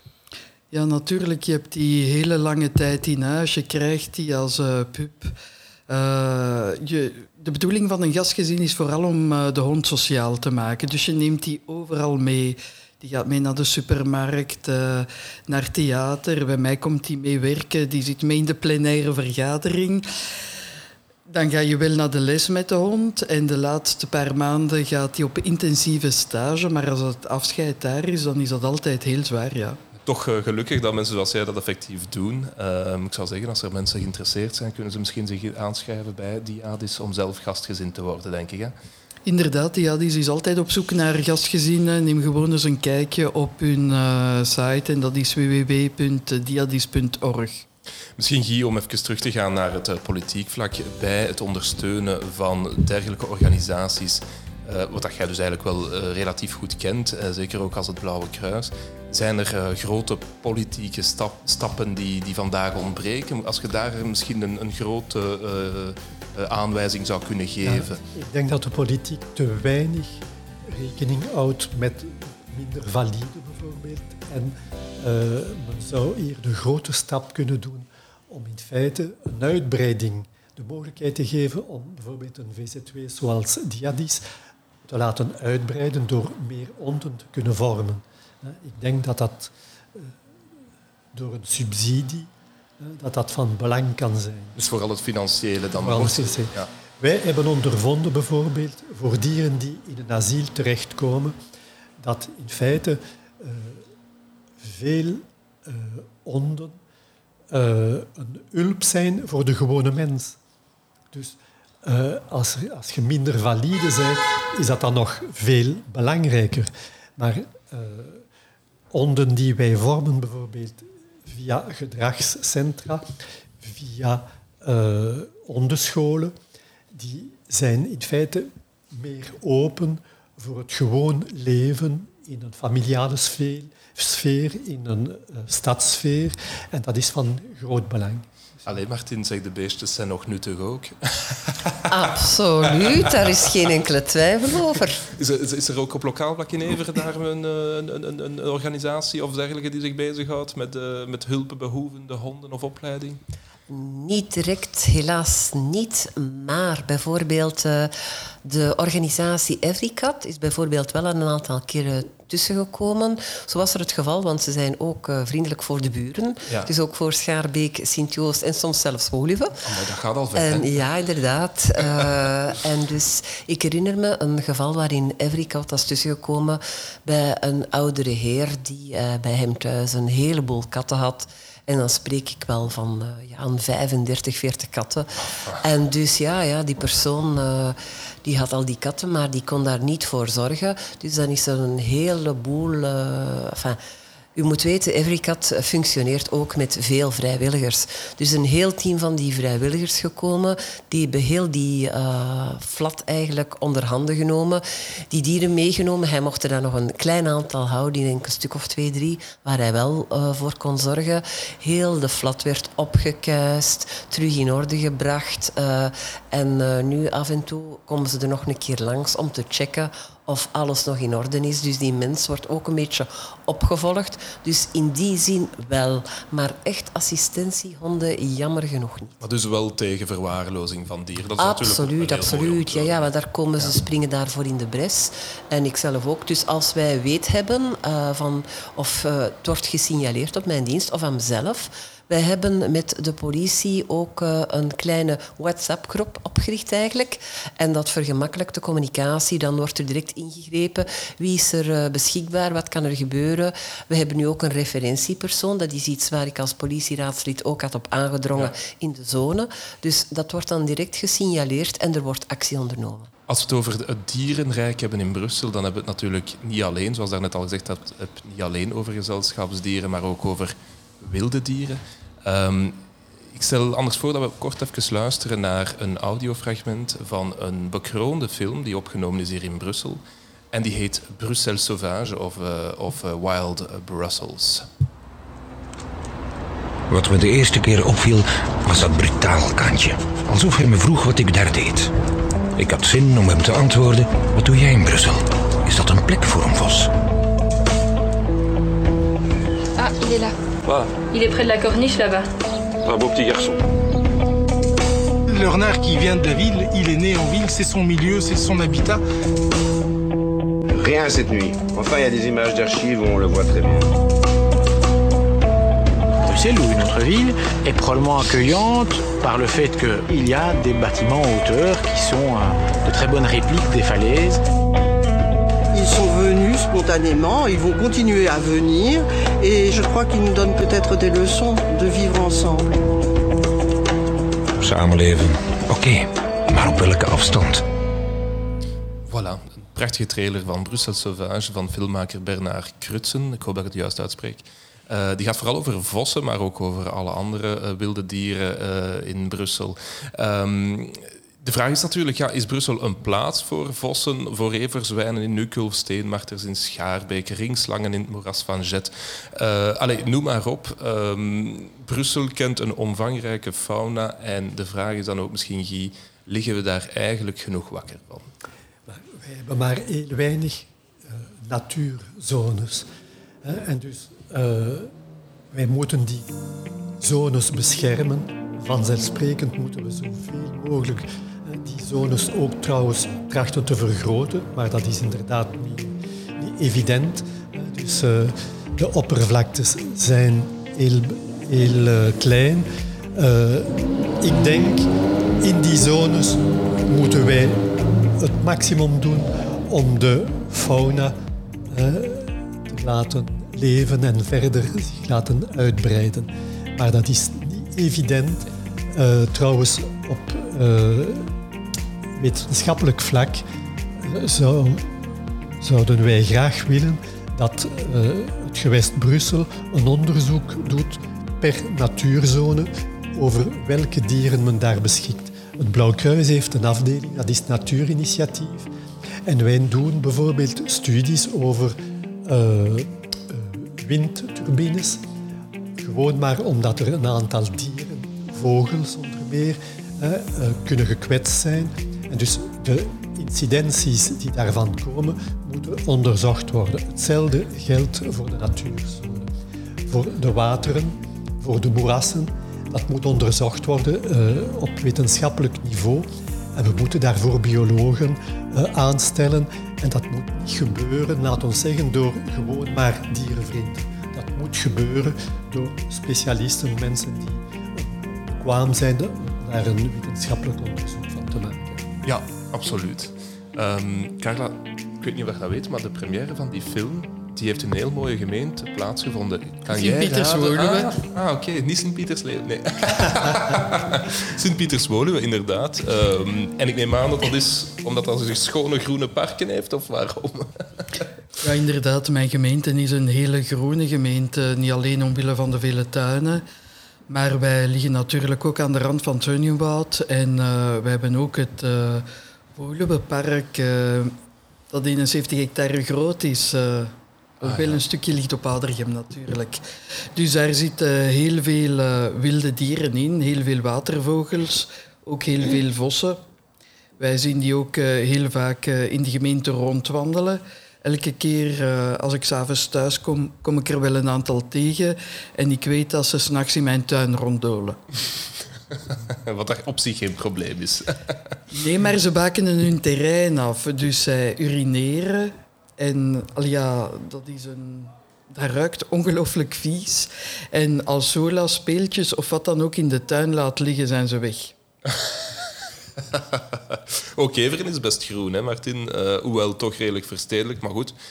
Ja, natuurlijk. Je hebt die hele lange tijd in huis. Je krijgt die als uh, pup. Uh, je, de bedoeling van een gastgezin is vooral om uh, de hond sociaal te maken. Dus je neemt die overal mee. Die gaat mee naar de supermarkt, uh, naar theater. Bij mij komt die mee werken. Die zit mee in de plenaire vergadering. Dan ga je wel naar de les met de hond. En de laatste paar maanden gaat hij op intensieve stage. Maar als het afscheid daar is, dan is dat altijd heel zwaar, ja. Toch uh, gelukkig dat mensen zoals jij dat effectief doen. Uh, ik zou zeggen, als er mensen geïnteresseerd zijn, kunnen ze misschien zich aanschrijven bij Diadis om zelf gastgezin te worden, denk ik. Hè? Inderdaad, Diadis is altijd op zoek naar gastgezinnen. Neem gewoon eens een kijkje op hun uh, site en dat is w w w punt diadis punt org. Misschien, Guy, om even terug te gaan naar het uh, politiek vlak. Bij het ondersteunen van dergelijke organisaties, uh, wat dat jij dus eigenlijk wel uh, relatief goed kent, uh, zeker ook als het Blauwe Kruis, zijn er uh, grote politieke stap, stappen die, die vandaag ontbreken? Als je daar misschien een, een grote... Uh, aanwijzing zou kunnen geven. Ja, ik denk dat de politiek te weinig rekening houdt met minder valide bijvoorbeeld. En uh, men zou hier de grote stap kunnen doen om in feite een uitbreiding, de mogelijkheid te geven om bijvoorbeeld een V Z W zoals Diadis te laten uitbreiden door meer honden te kunnen vormen. Ik denk dat dat uh, door een subsidie dat dat van belang kan zijn. Dus vooral het financiële dan? Vooral het financiële. Ja. Wij hebben ondervonden bijvoorbeeld voor dieren die in een asiel terechtkomen, dat in feite uh, veel uh, honden uh, een hulp zijn voor de gewone mens. Dus uh, als, als je minder valide bent, is dat dan nog veel belangrijker. Maar uh, honden die wij vormen bijvoorbeeld via gedragscentra, via uh, hondenscholen, die zijn in feite meer open voor het gewoon leven in een familiale sfeer, sfeer in een uh, stadssfeer. En dat is van groot belang. Allee, Martin, zeg, de beestjes zijn nog nuttig ook. Absoluut, daar is geen enkele twijfel over. Is er, is er ook op lokaal vlak in Everen daar een, een, een, een organisatie of dergelijke die zich bezighoudt met, uh, met hulpbehoevende honden of opleiding? Niet direct, helaas niet. Maar bijvoorbeeld uh, de organisatie Everycat is bijvoorbeeld wel een aantal keren tussengekomen. Zo was er het geval, want ze zijn ook uh, vriendelijk voor de buren. Ja. Dus ook voor Schaarbeek, Sint-Joost en soms zelfs Woluwe. Oh, maar dat gaat al ver, en, hè? Ja, inderdaad. Uh, en dus ik herinner me een geval waarin Everycat was tussengekomen bij een oudere heer die uh, bij hem thuis een heleboel katten had. En dan spreek ik wel van uh, ja, een vijfendertig, veertig katten. En dus ja, ja die persoon uh, die had al die katten, maar die kon daar niet voor zorgen. Dus dan is er een heleboel... Uh, enfin, u moet weten, Everycat functioneert ook met veel vrijwilligers. Dus een heel team van die vrijwilligers gekomen. Die hebben heel die uh, flat eigenlijk onder handen genomen. Die dieren meegenomen. Hij mocht er dan nog een klein aantal houden. Ik denk een stuk of twee, drie. Waar hij wel uh, voor kon zorgen. Heel de flat werd opgekuist. Terug in orde gebracht. Uh, en uh, nu af en toe komen ze er nog een keer langs om te checken of alles nog in orde is. Dus die mens wordt ook een beetje opgevolgd. Dus in die zin wel. Maar echt assistentiehonden, jammer genoeg niet. Maar dus wel tegen verwaarlozing van dieren. Dat is absoluut, absoluut. Ja, ja, maar daar komen ze, springen daarvoor in de bres. En ik zelf ook. Dus als wij weet hebben uh, van of uh, het wordt gesignaleerd op mijn dienst of aan mezelf. Wij hebben met de politie ook uh, een kleine WhatsApp-groep opgericht eigenlijk. En dat vergemakkelijkt de communicatie. Dan wordt er direct ingegrepen. Wie is er uh, beschikbaar? Wat kan er gebeuren? We hebben nu ook een referentiepersoon. Dat is iets waar ik als politieraadslid ook had op aangedrongen ja. in de zone. Dus dat wordt dan direct gesignaleerd en er wordt actie ondernomen. Als we het over het dierenrijk hebben in Brussel, dan hebben we het natuurlijk niet alleen, zoals daarnet al gezegd, het niet alleen over gezelschapsdieren, maar ook over wilde dieren. Um, ik stel anders voor dat we kort even luisteren naar een audiofragment van een bekroonde film die opgenomen is hier in Brussel. En die heet Bruxelles Sauvage of, uh, of uh, Wild Brussels. Wat me de eerste keer opviel, was dat brutaal kantje. Alsof hij me vroeg wat ik daar deed. Ik had zin om hem te antwoorden, wat doe jij in Brussel? Is dat een plek voor een vos? Ah, il est là. Voilà. Il est près de la corniche là-bas. Un beau petit garçon. Le renard qui vient de la ville, il est né en ville, c'est son milieu, c'est son habitat. Rien cette nuit. Enfin, il y a des images d'archives où on le voit très bien. Bruxelles, ou une autre ville, est probablement accueillante par le fait qu'il y a des bâtiments en hauteur qui sont euh, de très bonnes répliques des falaises. Ils sont venus spontanément, ils vont continuer à venir et je crois qu'ils nous donnent peut-être des leçons de vivre ensemble. Samenleven, oké, okay, maar op welke afstand? Voilà, een prachtige trailer van Bruxelles Sauvage van filmmaker Bernard Krutsen. Ik hoop dat ik het juist uitspreek. Uh, die gaat vooral over vossen, maar ook over alle andere uh, wilde dieren uh, in Brussel. Um, De vraag is natuurlijk, ja, is Brussel een plaats voor vossen, voor everzwijnen in Nukulf, steenmarters in Schaarbeek, ringslangen in het moeras van Jet? Uh, allez, noem maar op. Um, Brussel kent een omvangrijke fauna en de vraag is dan ook misschien, Guy, liggen we daar eigenlijk genoeg wakker van? Maar wij hebben maar heel weinig uh, natuurzones. Hè? En dus uh, wij moeten die zones beschermen. Vanzelfsprekend moeten we zoveel mogelijk die zones ook trouwens trachten te vergroten, maar dat is inderdaad niet, niet evident. Dus uh, de oppervlaktes zijn heel, heel uh, klein. Uh, ik denk, in die zones moeten wij het maximum doen om de fauna uh, te laten leven en verder zich laten uitbreiden. Maar dat is niet evident. Uh, trouwens, op uh, wetenschappelijk vlak uh, zou, zouden wij graag willen dat uh, het gewest Brussel een onderzoek doet per natuurzone over welke dieren men daar beschikt. Het Blauw Kruis heeft een afdeling, dat is Natuurinitiatief. En wij doen bijvoorbeeld studies over uh, uh, windturbines. Gewoon maar omdat er een aantal dieren, vogels onder meer, uh, uh, kunnen gekwetst zijn. En dus de incidenties die daarvan komen, moeten onderzocht worden. Hetzelfde geldt voor de natuurzone. Voor de wateren, voor de moerassen. Dat moet onderzocht worden uh, op wetenschappelijk niveau. En we moeten daarvoor biologen uh, aanstellen. En dat moet niet gebeuren, laat ons zeggen, door gewoon maar dierenvrienden. Dat moet gebeuren door specialisten, mensen die bekwaam zijn om daar een wetenschappelijk onderzoek van te maken. Ja, absoluut. Um, Carla, ik weet niet of je dat weet, maar de première van die film die heeft in een heel mooie gemeente plaatsgevonden. Kan jij Sint-Pieters-Woluwe. Ah, ah oké. Okay. Niet Sint-Pieters-Woluwe. Nee. Sint-Pieters-Woluwe, inderdaad. Um, en ik neem aan dat dat is omdat dat zich schone groene parken heeft, of waarom? Ja, inderdaad. Mijn gemeente is een hele groene gemeente. Niet alleen omwille van de vele tuinen, maar wij liggen natuurlijk ook aan de rand van het Zönjenwoud. En uh, wij hebben ook het uh, Woluwepark, uh, dat eenenzeventig hectare groot is. Uh, Ook ah, wel ja. een stukje ligt op Adergem natuurlijk. Dus daar zitten heel veel uh, wilde dieren in, heel veel watervogels, ook heel veel vossen. Wij zien die ook uh, heel vaak uh, in de gemeente rondwandelen. Elke keer uh, als ik 's avonds thuis kom, kom ik er wel een aantal tegen. En ik weet dat ze 's nachts in mijn tuin ronddolen. Wat dat op zich geen probleem is. Nee, maar ze bakenen hun terrein af. Dus zij urineren. En ja, dat, is een, dat ruikt ongelooflijk vies. En als Zola speeltjes of wat dan ook in de tuin laat liggen, zijn ze weg. Ook Everen is best groen, hè, Martin? Uh, hoewel toch redelijk verstedelijk, maar goed.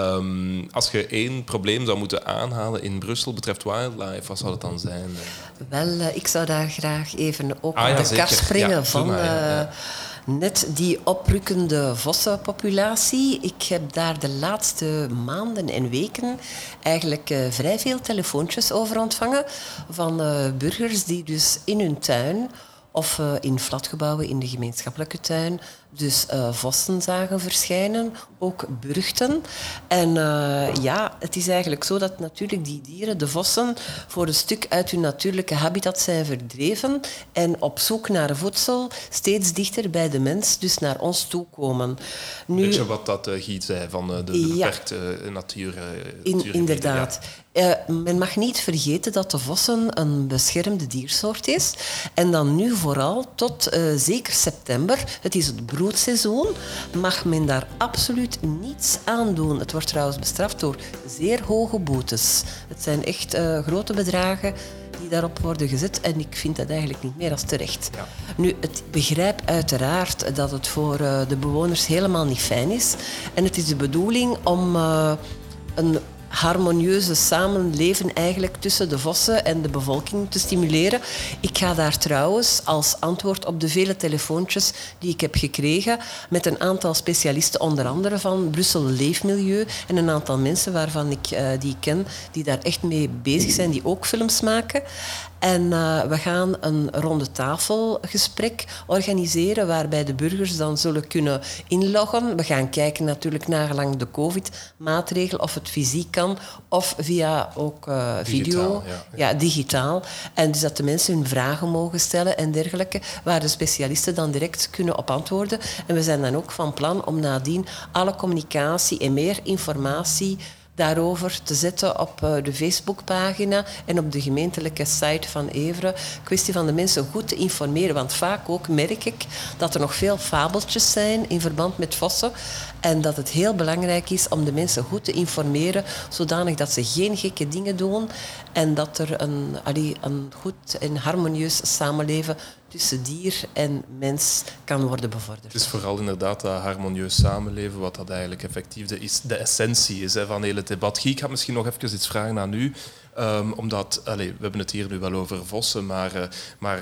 Um, als je één probleem zou moeten aanhalen in Brussel betreft wildlife, wat zou het dan zijn? Wel, uh, ik zou daar graag even ook ah, aan ja, de zeker. kar springen ja, van... maar, ja, ja. Uh, Net die oprukkende vossenpopulatie. Ik heb daar de laatste maanden en weken eigenlijk uh, vrij veel telefoontjes over ontvangen van uh, burgers die dus in hun tuin of uh, in flatgebouwen in de gemeenschappelijke tuin dus uh, vossen zagen verschijnen, ook burgten. En uh, ja, het is eigenlijk zo dat natuurlijk die dieren, de vossen, voor een stuk uit hun natuurlijke habitat zijn verdreven en op zoek naar voedsel steeds dichter bij de mens, dus naar ons toe komen. Nu, weet je wat dat uh, Giet zei van uh, de, de beperkte ja, natuur? Uh, in, inderdaad. Ja. Uh, men mag niet vergeten dat de vossen een beschermde diersoort is. En dan nu vooral tot uh, zeker september, het is het broedseizoen, mag men daar absoluut niets aan doen. Het wordt trouwens bestraft door zeer hoge boetes. Het zijn echt uh, grote bedragen die daarop worden gezet en ik vind dat eigenlijk niet meer als terecht. Ja. Nu, ik begrijp uiteraard dat het voor uh, de bewoners helemaal niet fijn is. En het is de bedoeling om uh, een harmonieuze samenleven eigenlijk tussen de vossen en de bevolking te stimuleren. Ik ga daar trouwens als antwoord op de vele telefoontjes die ik heb gekregen met een aantal specialisten, onder andere van Brussel Leefmilieu en een aantal mensen waarvan ik uh, die ken, die daar echt mee bezig zijn, die ook films maken. En uh, we gaan een ronde tafelgesprek organiseren waarbij de burgers dan zullen kunnen inloggen. We gaan kijken natuurlijk naar gelang de COVID-maatregel of het fysiek kan of via ook uh, video. Digitaal, ja, ja. ja, digitaal. En dus dat de mensen hun vragen mogen stellen en dergelijke, waar de specialisten dan direct kunnen op antwoorden. En we zijn dan ook van plan om nadien alle communicatie en meer informatie daarover te zetten op de Facebookpagina en op de gemeentelijke site van Evere. Kwestie van de mensen goed te informeren, want vaak ook merk ik dat er nog veel fabeltjes zijn in verband met vossen en dat het heel belangrijk is om de mensen goed te informeren, zodanig dat ze geen gekke dingen doen en dat er een, allee, een goed en harmonieus samenleven tussen dier en mens kan worden bevorderd. Het is vooral inderdaad dat harmonieus samenleven wat dat eigenlijk effectief de, is, de essentie is hè, van heel het debat. Guy, ik ga misschien nog even iets vragen aan u. Um, omdat, allez, we hebben het hier nu wel over vossen, maar, uh, maar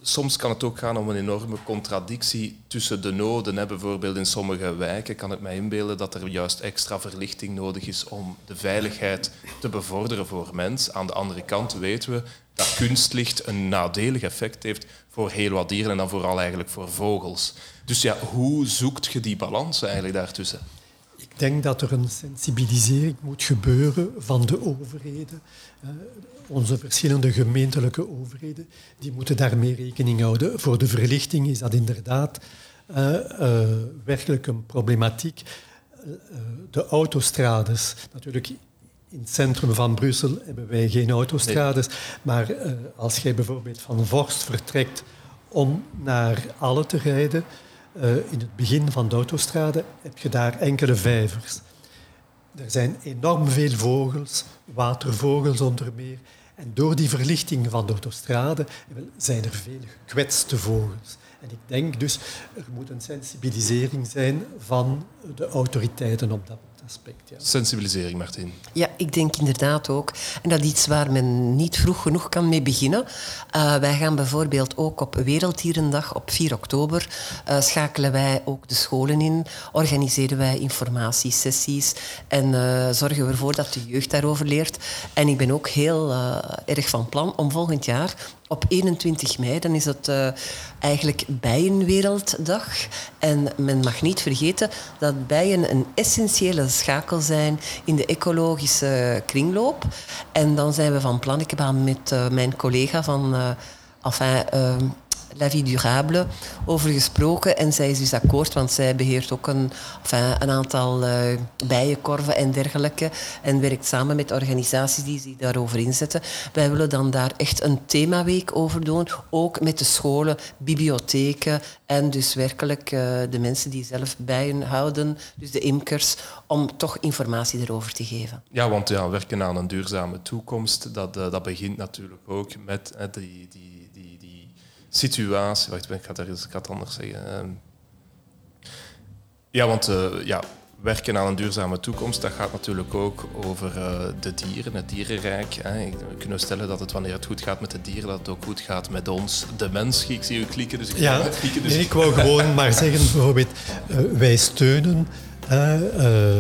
soms kan het ook gaan om een enorme contradictie tussen de noden. Hè. Bijvoorbeeld in sommige wijken kan ik mij inbeelden dat er juist extra verlichting nodig is om de veiligheid te bevorderen voor mens. Aan de andere kant weten we dat kunstlicht een nadelig effect heeft voor heel wat dieren en dan vooral eigenlijk voor vogels. Dus ja, hoe zoekt je die balans eigenlijk daartussen? Ik denk dat er een sensibilisering moet gebeuren van de overheden. Uh, onze verschillende gemeentelijke overheden die moeten daarmee rekening houden. Voor de verlichting is dat inderdaad uh, uh, werkelijk een problematiek. Uh, de autostrades, natuurlijk in het centrum van Brussel hebben wij geen autostrades, nee. maar uh, als jij bijvoorbeeld van Vorst vertrekt om naar Alle te rijden, Uh, in het begin van de autostrade heb je daar enkele vijvers. Er zijn enorm veel vogels, watervogels onder meer. En door die verlichting van de autostrade zijn er veel gekwetste vogels. En ik denk dus, er moet een sensibilisering zijn van de autoriteiten op dat aspect. Ja. Sensibilisering, Martien. Ja, ik denk inderdaad ook. En dat is iets waar men niet vroeg genoeg kan mee beginnen. Uh, wij gaan bijvoorbeeld ook op Werelddierendag op vier oktober uh, schakelen wij ook de scholen in, organiseren wij informatiesessies en uh, zorgen we ervoor dat de jeugd daarover leert. En ik ben ook heel uh, erg van plan om volgend jaar op eenentwintig mei, dan is het uh, eigenlijk Bijenwerelddag. En men mag niet vergeten dat bijen een essentiële schakel zijn in de ecologische kringloop. En dan zijn we van plan, ik heb aan met uh, mijn collega van uh, enfin, uh, La Vie Durable over gesproken. En zij is dus akkoord, want zij beheert ook een, enfin, een aantal uh, bijenkorven en dergelijke. En werkt samen met organisaties die zich daarover inzetten. Wij willen dan daar echt een themaweek over doen. Ook met de scholen, bibliotheken en dus werkelijk uh, de mensen die zelf bijen houden, dus de imkers, om toch informatie erover te geven. Ja, want ja, werken aan een duurzame toekomst, dat, uh, dat begint natuurlijk ook met uh, die... die situatie. Wacht, ik ga, daar eens, ik ga het anders zeggen. Ja, want uh, ja, werken aan een duurzame toekomst, dat gaat natuurlijk ook over uh, de dieren, het dierenrijk. Hè. We kunnen stellen dat het, wanneer het goed gaat met de dieren, dat het ook goed gaat met ons, de mens. Ik zie u klikken, dus ik ga ja, het klikken. Dus... Nee, ik wou gewoon maar zeggen, bijvoorbeeld, uh, wij steunen uh, uh,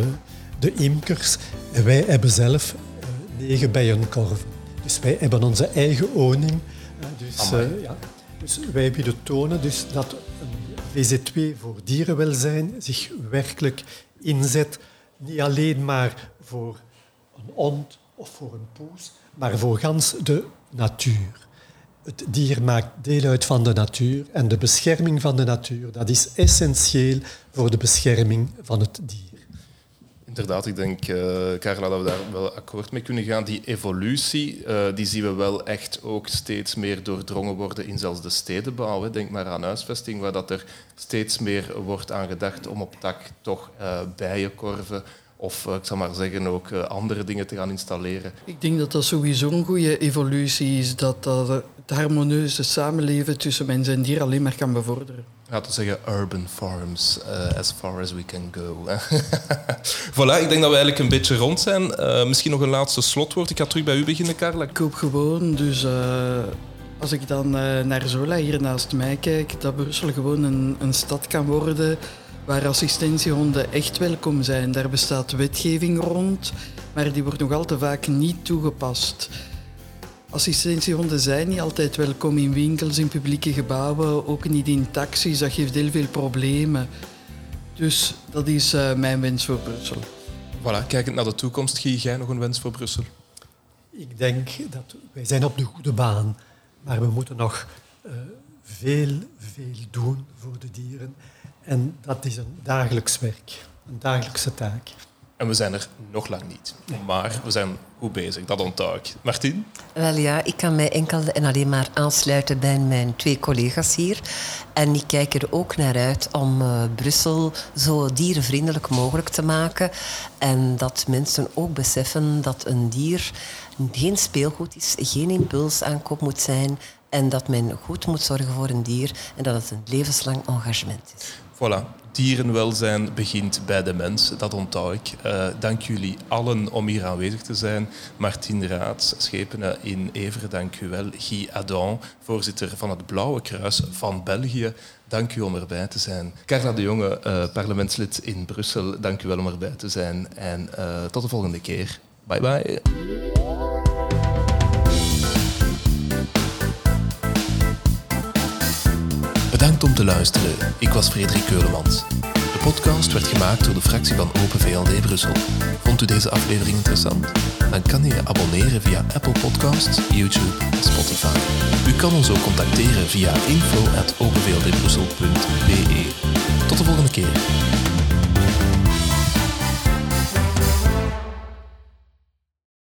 de imkers. Wij hebben zelf uh, negen bijenkorven. Dus wij hebben onze eigen honing. Uh, dus, uh, ja. Dus wij willen tonen dus dat een V Z W voor dierenwelzijn zich werkelijk inzet, niet alleen maar voor een hond of voor een poes, maar voor gans de natuur. Het dier maakt deel uit van de natuur en de bescherming van de natuur, dat is essentieel voor de bescherming van het dier. Inderdaad, ik denk, uh, Carla, dat we daar wel akkoord mee kunnen gaan. Die evolutie, uh, die zien we wel echt ook steeds meer doordrongen worden in zelfs de stedenbouw. Hè. Denk maar aan huisvesting, waar dat er steeds meer wordt aan gedacht om op dak toch uh, bijenkorven of, uh, ik zal maar zeggen, ook uh, andere dingen te gaan installeren. Ik denk dat dat sowieso een goede evolutie is, dat dat het harmonieuze samenleven tussen mens en dier alleen maar kan bevorderen. Laten we zeggen urban farms, uh, as far as we can go. Voilà, ik denk dat we eigenlijk een beetje rond zijn. Uh, misschien nog een laatste slotwoord. Ik ga terug bij u beginnen, Carla. Ik hoop gewoon, dus uh, als ik dan uh, naar Zola hier naast mij kijk, dat Brussel gewoon een, een stad kan worden waar assistentiehonden echt welkom zijn. Daar bestaat wetgeving rond, maar die wordt nog al te vaak niet toegepast. Assistentiehonden zijn niet altijd welkom in winkels, in publieke gebouwen, ook niet in taxis. Dat geeft heel veel problemen. Dus dat is uh, mijn wens voor Brussel. Voilà, kijkend naar de toekomst, Guy, jij nog een wens voor Brussel? Ik denk dat wij zijn op de goede baan, maar we moeten nog uh, veel, veel doen voor de dieren. En dat is een dagelijks werk, een dagelijkse taak. En we zijn er nog lang niet. Maar we zijn goed bezig, dat onthoud ik. Martien? Wel ja, ik kan mij enkel en alleen maar aansluiten bij mijn twee collega's hier. En ik kijk er ook naar uit om uh, Brussel zo dierenvriendelijk mogelijk te maken. En dat mensen ook beseffen dat een dier geen speelgoed is, geen impulsaankoop moet zijn. En dat men goed moet zorgen voor een dier en dat het een levenslang engagement is. Voilà, Dierenwelzijn begint bij de mens, dat onthoud ik. Uh, dank jullie allen om hier aanwezig te zijn. Martien Raats, Schepenen in Everen, dank u wel. Guy Adam, voorzitter van het Blauwe Kruis van België. Dank u om erbij te zijn. Carla de Jonge, uh, parlementslid in Brussel, dank u wel om erbij te zijn. En uh, tot de volgende keer. Bye bye. Bedankt om te luisteren. Ik was Frederik Keulemans. De podcast werd gemaakt door de fractie van Open V L D Brussel. Vond u deze aflevering interessant? Dan kan je je abonneren via Apple Podcasts, YouTube en Spotify. U kan ons ook contacteren via info at open v l d brussel punt b e. Tot de volgende keer.